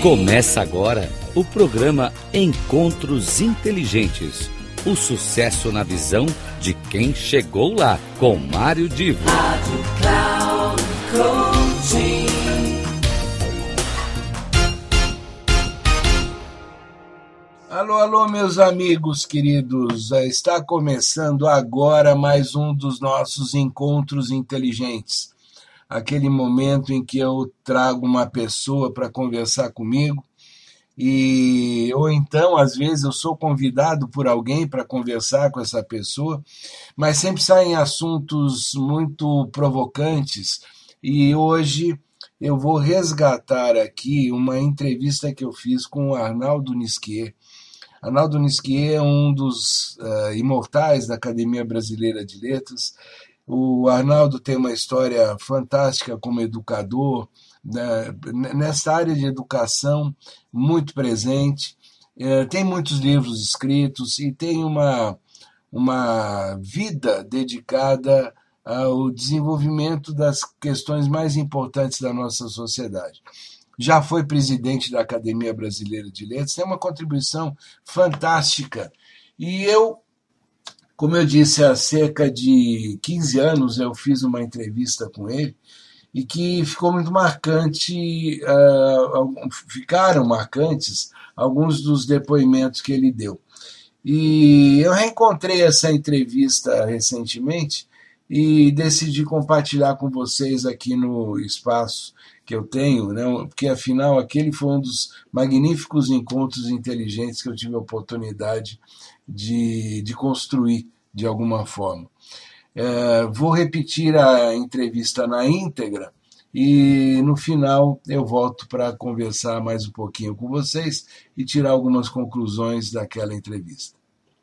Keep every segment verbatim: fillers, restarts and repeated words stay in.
Começa agora o programa Encontros Inteligentes. O sucesso na visão de quem chegou lá, com Mário Divo. Rádio Cloud Coaching. Alô, alô, meus amigos queridos. Está começando agora mais um dos nossos Encontros Inteligentes. Aquele momento em que eu trago uma pessoa para conversar comigo, e ou então, às vezes, eu sou convidado por alguém para conversar com essa pessoa, mas sempre saem assuntos muito provocantes, e hoje eu vou resgatar aqui uma entrevista que eu fiz com o Arnaldo Nisquier. Arnaldo Nisquier é um dos uh, imortais da Academia Brasileira de Letras. O Arnaldo tem uma história fantástica como educador, né, nessa área de educação muito presente, é, tem muitos livros escritos e tem uma, uma vida dedicada ao desenvolvimento das questões mais importantes da nossa sociedade. Já foi presidente da Academia Brasileira de Letras, tem uma contribuição fantástica. E eu, como eu disse, há cerca de quinze anos eu fiz uma entrevista com ele e que ficou muito marcante, uh, ficaram marcantes alguns dos depoimentos que ele deu. E eu reencontrei essa entrevista recentemente e decidi compartilhar com vocês aqui no espaço que eu tenho, né? Porque afinal aquele foi um dos magníficos encontros inteligentes que eu tive a oportunidade de, de construir de alguma forma. É, vou repetir a entrevista na íntegra e no final eu volto para conversar mais um pouquinho com vocês e tirar algumas conclusões daquela entrevista.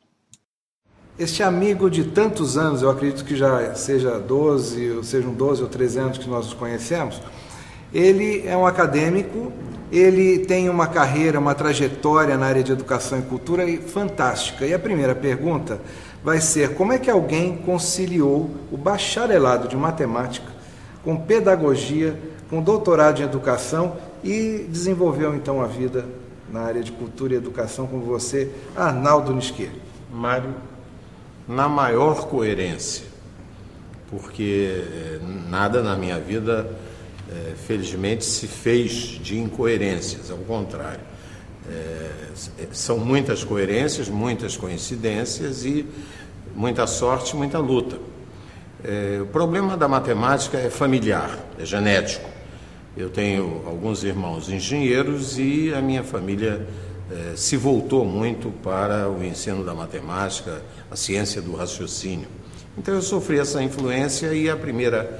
Este amigo de tantos anos, eu acredito que já seja doze, ou sejam doze ou treze anos que nós nos conhecemos, ele é um acadêmico, ele tem uma carreira, uma trajetória na área de educação e cultura fantástica. E a primeira pergunta vai ser: como é que alguém conciliou o bacharelado de matemática com pedagogia, com doutorado em educação e desenvolveu então a vida na área de cultura e educação como você, Arnaldo Nisquier? Mário, na maior coerência, porque nada na minha vida, é, felizmente, se fez de incoerências, ao contrário. É, são muitas coerências, muitas coincidências e muita sorte, muita luta. É, o problema da matemática é familiar, é genético. Eu tenho alguns irmãos engenheiros e a minha família é, se voltou muito para o ensino da matemática, a ciência do raciocínio. Então eu sofri essa influência e a primeira,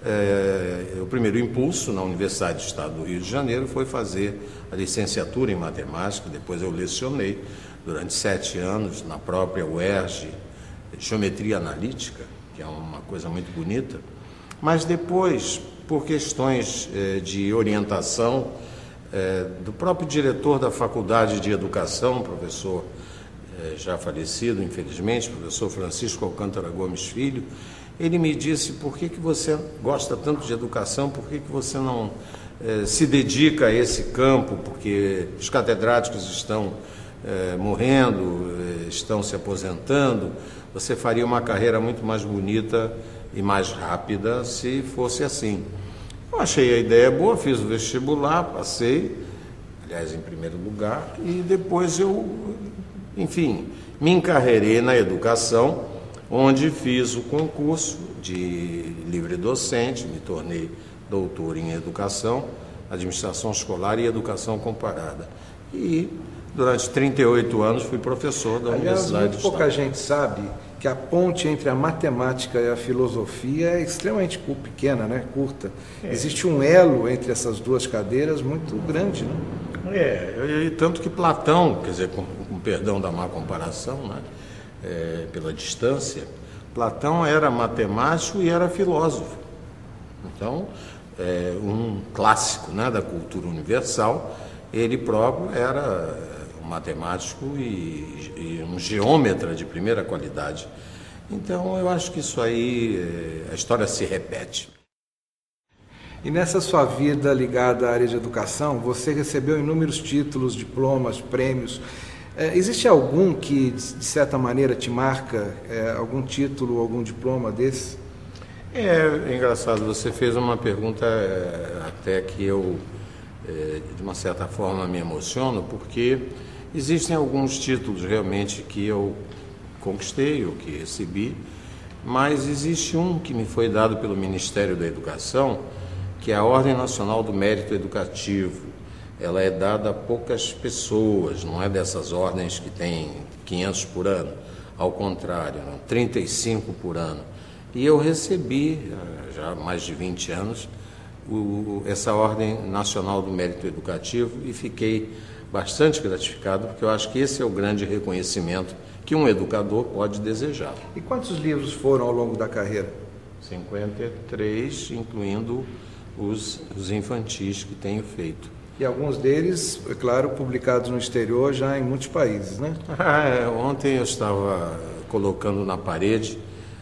é, o primeiro impulso na Universidade do Estado do Rio de Janeiro foi fazer a licenciatura em matemática. Depois eu lecionei durante sete anos na própria U E R J, geometria analítica, que é uma coisa muito bonita, mas depois, por questões eh, de orientação eh, do próprio diretor da Faculdade de Educação, professor eh, já falecido, infelizmente, professor Francisco Alcântara Gomes Filho, ele me disse: por que que você gosta tanto de educação, por que que você não eh, se dedica a esse campo, porque os catedráticos estão eh, morrendo, eh, estão se aposentando, você faria uma carreira muito mais bonita e mais rápida se fosse assim. Eu achei a ideia boa, fiz o vestibular, passei, aliás, em primeiro lugar, e depois eu, enfim, me encarreirei na educação, onde fiz o concurso de livre docente, me tornei doutor em educação, administração escolar e educação comparada. E durante trinta e oito anos fui professor da Aliás, Universidade muito do pouca Estado. gente sabe que a ponte entre a matemática e a filosofia é extremamente pequena, né? Curta. É. Existe um elo entre essas duas cadeiras muito grande, né? É, e tanto que Platão, quer dizer, com, com perdão da má comparação, né? É, pela distância, Platão era matemático e era filósofo. Então, é, um clássico, né, da cultura universal, ele próprio era um matemático e, e um geômetra de primeira qualidade. Então, eu acho que isso aí, a história se repete. E nessa sua vida ligada à área de educação, você recebeu inúmeros títulos, diplomas, prêmios. É, existe algum que, de certa maneira, te marca, é, algum título, algum diploma desse? É, é engraçado, você fez uma pergunta é, até que eu, é, de uma certa forma, me emociono, porque existem alguns títulos realmente que eu conquistei, ou que recebi, mas existe um que me foi dado pelo Ministério da Educação, que é a Ordem Nacional do Mérito Educativo. Ela é dada a poucas pessoas, não é dessas ordens que tem quinhentos por ano, ao contrário, não, trinta e cinco por ano. E eu recebi, já há mais de vinte anos, o, essa Ordem Nacional do Mérito Educativo e fiquei bastante gratificado, porque eu acho que esse é o grande reconhecimento que um educador pode desejar. E quantos livros foram ao longo da carreira? cinquenta e três, incluindo os, os infantis que tenho feito. E alguns deles, é claro, publicados no exterior, já em muitos países, né? Ah, ontem eu estava colocando na parede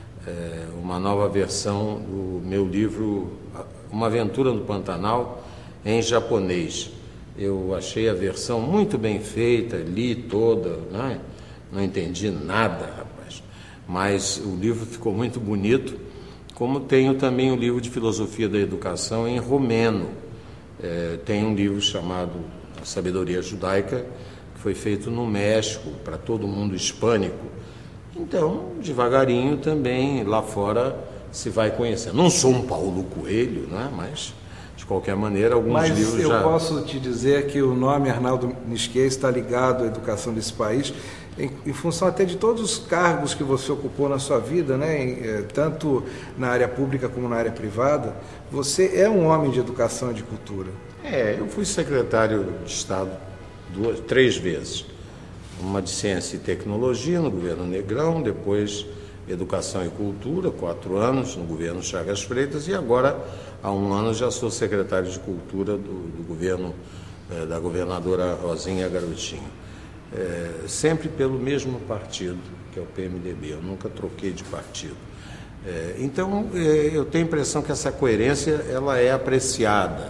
é, uma nova versão do meu livro Uma Aventura no Pantanal, em japonês. Eu achei a versão muito bem feita, li toda, né? Não entendi nada, rapaz, mas o livro ficou muito bonito, como tenho também o livro de Filosofia da Educação em romeno. É, tem um livro chamado Sabedoria Judaica, que foi feito no México, para todo mundo hispânico. Então, devagarinho também, lá fora, se vai conhecendo. Não sou um Paulo Coelho, né? Mas, de qualquer maneira, alguns Mas livros eu já... Mas eu posso te dizer que o nome Arnaldo Nisquet está ligado à educação desse país, em, em função até de todos os cargos que você ocupou na sua vida, né? Em, é, tanto na área pública como na área privada. Você é um homem de educação e de cultura. É, eu fui secretário de Estado duas, três vezes. Uma de Ciência e Tecnologia no governo Negrão, depois Educação e Cultura, quatro anos no governo Chagas Freitas, e agora, há um ano, já sou secretário de Cultura do, do governo eh, da governadora Rosinha Garotinho. É, sempre pelo mesmo partido, que é o P M D B, eu nunca troquei de partido. É, então, é, eu tenho a impressão que essa coerência ela é apreciada.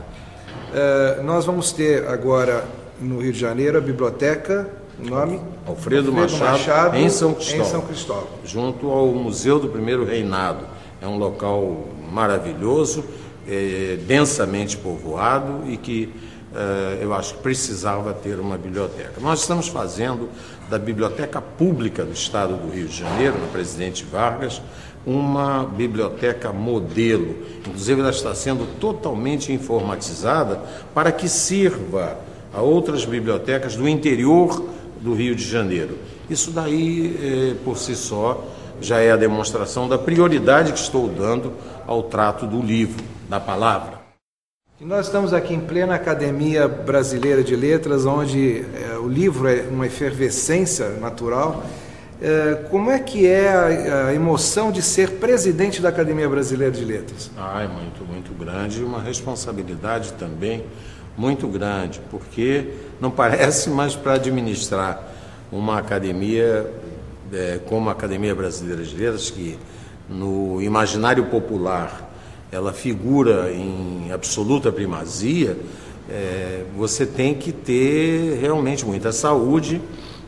É, nós vamos ter agora, no Rio de Janeiro, a biblioteca, o nome? Alfredo, Alfredo Machado, Machado em, São Cristóvão, em São Cristóvão, junto ao Museu do Primeiro Reinado. É um local maravilhoso, é, densamente povoado e que é, eu acho que precisava ter uma biblioteca. Nós estamos fazendo da Biblioteca Pública do Estado do Rio de Janeiro, no Presidente Vargas, uma biblioteca modelo. Inclusive, ela está sendo totalmente informatizada para que sirva a outras bibliotecas do interior do Rio de Janeiro. Isso daí, eh, por si só, já é a demonstração da prioridade que estou dando ao trato do livro, da palavra. E nós estamos aqui em plena Academia Brasileira de Letras, onde eh, o livro é uma efervescência natural. Eh, como é que é a, a emoção de ser presidente da Academia Brasileira de Letras? Ah, é muito, muito grande, e uma responsabilidade também muito grande, porque não parece mais para administrar uma academia é, como a Academia Brasileira de Letras, que no imaginário popular ela figura em absoluta primazia. É, você tem que ter realmente muita saúde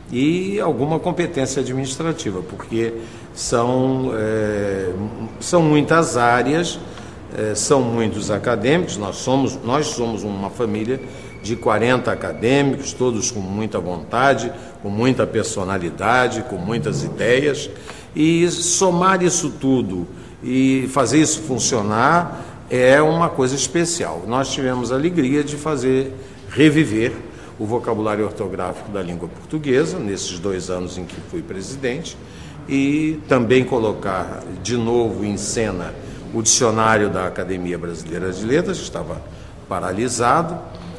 e alguma competência administrativa, porque são, é, são muitas áreas, é, são muitos acadêmicos. Nós somos, nós somos uma família de quarenta acadêmicos, todos com muita vontade, com muita personalidade, com muitas ideias, e somar isso tudo e fazer isso funcionar é uma coisa especial. Nós tivemos a alegria de fazer reviver o vocabulário ortográfico da língua portuguesa nesses dois anos em que fui presidente, e também colocar de novo em cena o dicionário da Academia Brasileira de Letras, que estava paralisado,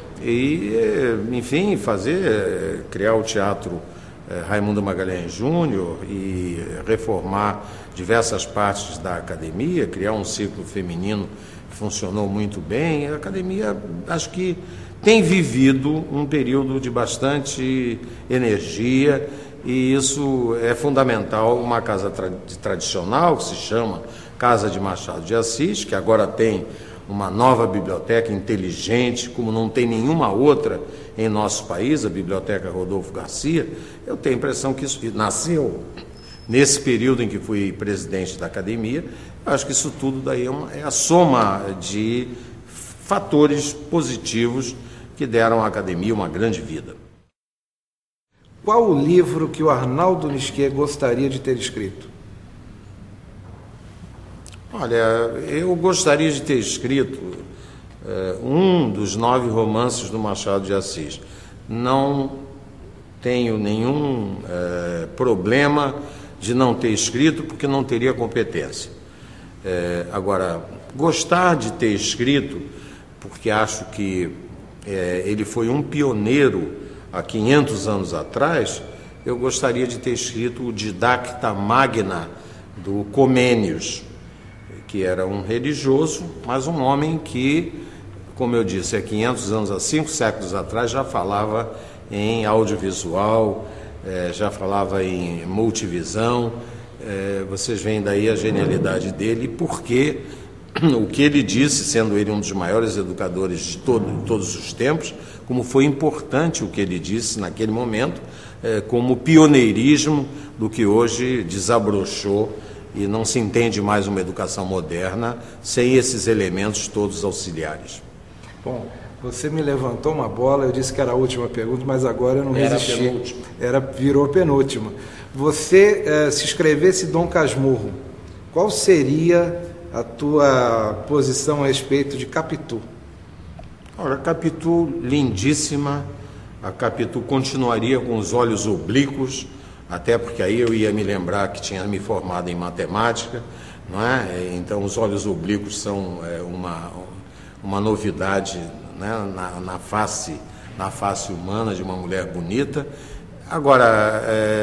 e, enfim, fazer, criar o Teatro Raimundo Magalhães Júnior e reformar diversas partes da academia, criar um ciclo feminino que funcionou muito bem. A academia, acho que tem vivido um período de bastante energia, e isso é fundamental. Uma casa tra- tradicional, que se chama Casa de Machado de Assis, que agora tem uma nova biblioteca inteligente, como não tem nenhuma outra em nosso país, a Biblioteca Rodolfo Garcia. Eu tenho a impressão que isso nasceu nesse período em que fui presidente da academia. Eu acho que isso tudo daí é, uma, é a soma de fatores positivos que deram à academia uma grande vida. Qual o livro que o Arnaldo Nisquet gostaria de ter escrito? Olha, eu gostaria de ter escrito uh, um dos nove romances do Machado de Assis. Não tenho nenhum uh, problema de não ter escrito, porque não teria competência. Uh, agora, gostar de ter escrito, porque acho que uh, ele foi um pioneiro há quinhentos anos atrás, eu gostaria de ter escrito o Didacta Magna do Comênios, que era um religioso, mas um homem que, como eu disse, há quinhentos anos, há cinco séculos atrás, já falava em audiovisual, eh, já falava em multivisão. Eh, vocês veem daí a genialidade dele, porque o que ele disse, sendo ele um dos maiores educadores de, todo, de todos os tempos, como foi importante o que ele disse naquele momento, eh, como pioneirismo do que hoje desabrochou. E não se entende mais uma educação moderna sem esses elementos todos auxiliares. Bom, você me levantou uma bola, eu disse que era a última pergunta, mas agora eu não era resisti. Penúltima. Era, virou penúltima. Você, eh, se escrevesse Dom Casmurro, qual seria a tua posição a respeito de Capitu? Ora, Capitu, lindíssima. A Capitu continuaria com os olhos oblíquos, até porque aí eu ia me lembrar que tinha me formado em matemática, não é? Então os olhos oblíquos são é, uma, uma novidade, né? na, na, face, na face humana de uma mulher bonita. Agora,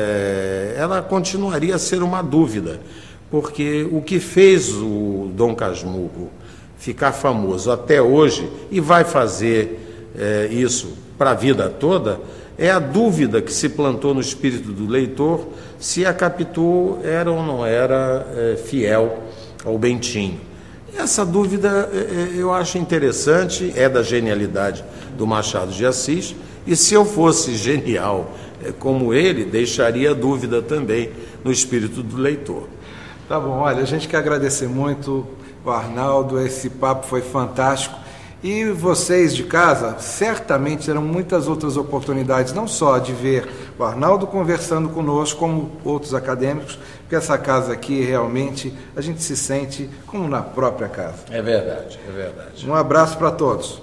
é, ela continuaria a ser uma dúvida, porque o que fez o Dom Casmurro ficar famoso até hoje, e vai fazer é, isso para a vida toda, é a dúvida que se plantou no espírito do leitor se a Capitu era ou não era é, fiel ao Bentinho. Essa dúvida é, eu acho interessante, é da genialidade do Machado de Assis, e se eu fosse genial é, como ele, deixaria a dúvida também no espírito do leitor. Tá bom, olha, a gente quer agradecer muito o Arnaldo, esse papo foi fantástico. E vocês de casa, certamente terão muitas outras oportunidades, não só de ver o Arnaldo conversando conosco, como outros acadêmicos, porque essa casa aqui, realmente, a gente se sente como na própria casa. É verdade, é verdade. Um abraço para todos.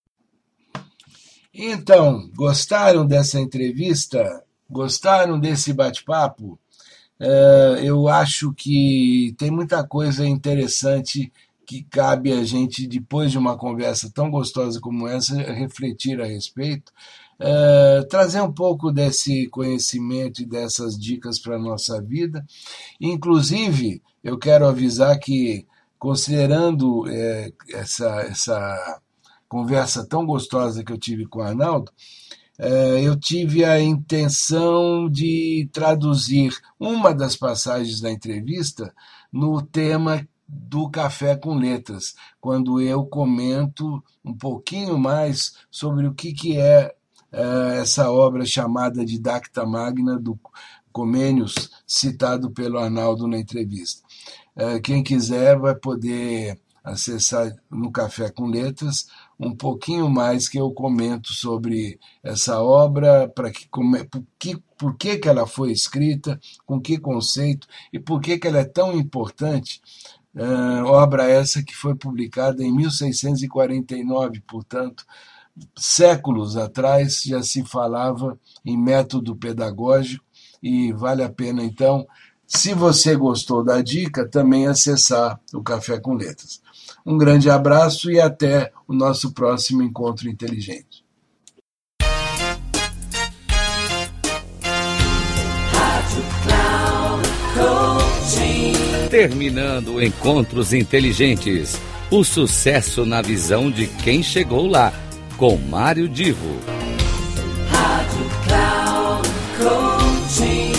Então, gostaram dessa entrevista? Gostaram desse bate-papo? Uh, eu acho que tem muita coisa interessante que cabe a gente, depois de uma conversa tão gostosa como essa, refletir a respeito, uh, trazer um pouco desse conhecimento e dessas dicas para a nossa vida. Inclusive, eu quero avisar que, considerando eh, essa, essa conversa tão gostosa que eu tive com o Arnaldo, eh, eu tive a intenção de traduzir uma das passagens da entrevista no tema do Café com Letras, quando eu comento um pouquinho mais sobre o que, que é uh, essa obra chamada Didacta Magna do Comênios, citado pelo Arnaldo na entrevista. Uh, quem quiser vai poder acessar no Café com Letras um pouquinho mais que eu comento sobre essa obra, para que, por, que, por que, que ela foi escrita, com que conceito e por que, que ela é tão importante. Uh, obra essa que foi publicada em mil seiscentos e quarenta e nove, portanto, séculos atrás já se falava em método pedagógico e vale a pena, então, se você gostou da dica, também acessar o Café com Letras. Um grande abraço e até o nosso próximo Encontro Inteligente. Terminando Encontros Inteligentes, o sucesso na visão de quem chegou lá, com Mário Divo. Rádio Cloud Coaching.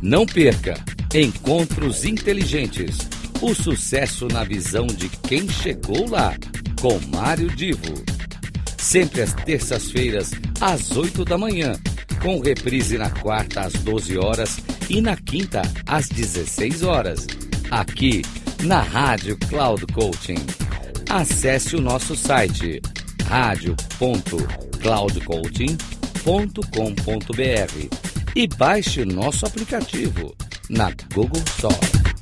Não perca Encontros Inteligentes, o sucesso na visão de quem chegou lá, com Mário Divo. Sempre às terças-feiras, às oito da manhã, com reprise na quarta às doze horas e na quinta às dezesseis horas, aqui na Rádio Cloud Coaching. Acesse o nosso site rádio ponto cloud coaching ponto com ponto br e baixe o nosso aplicativo na Google Store.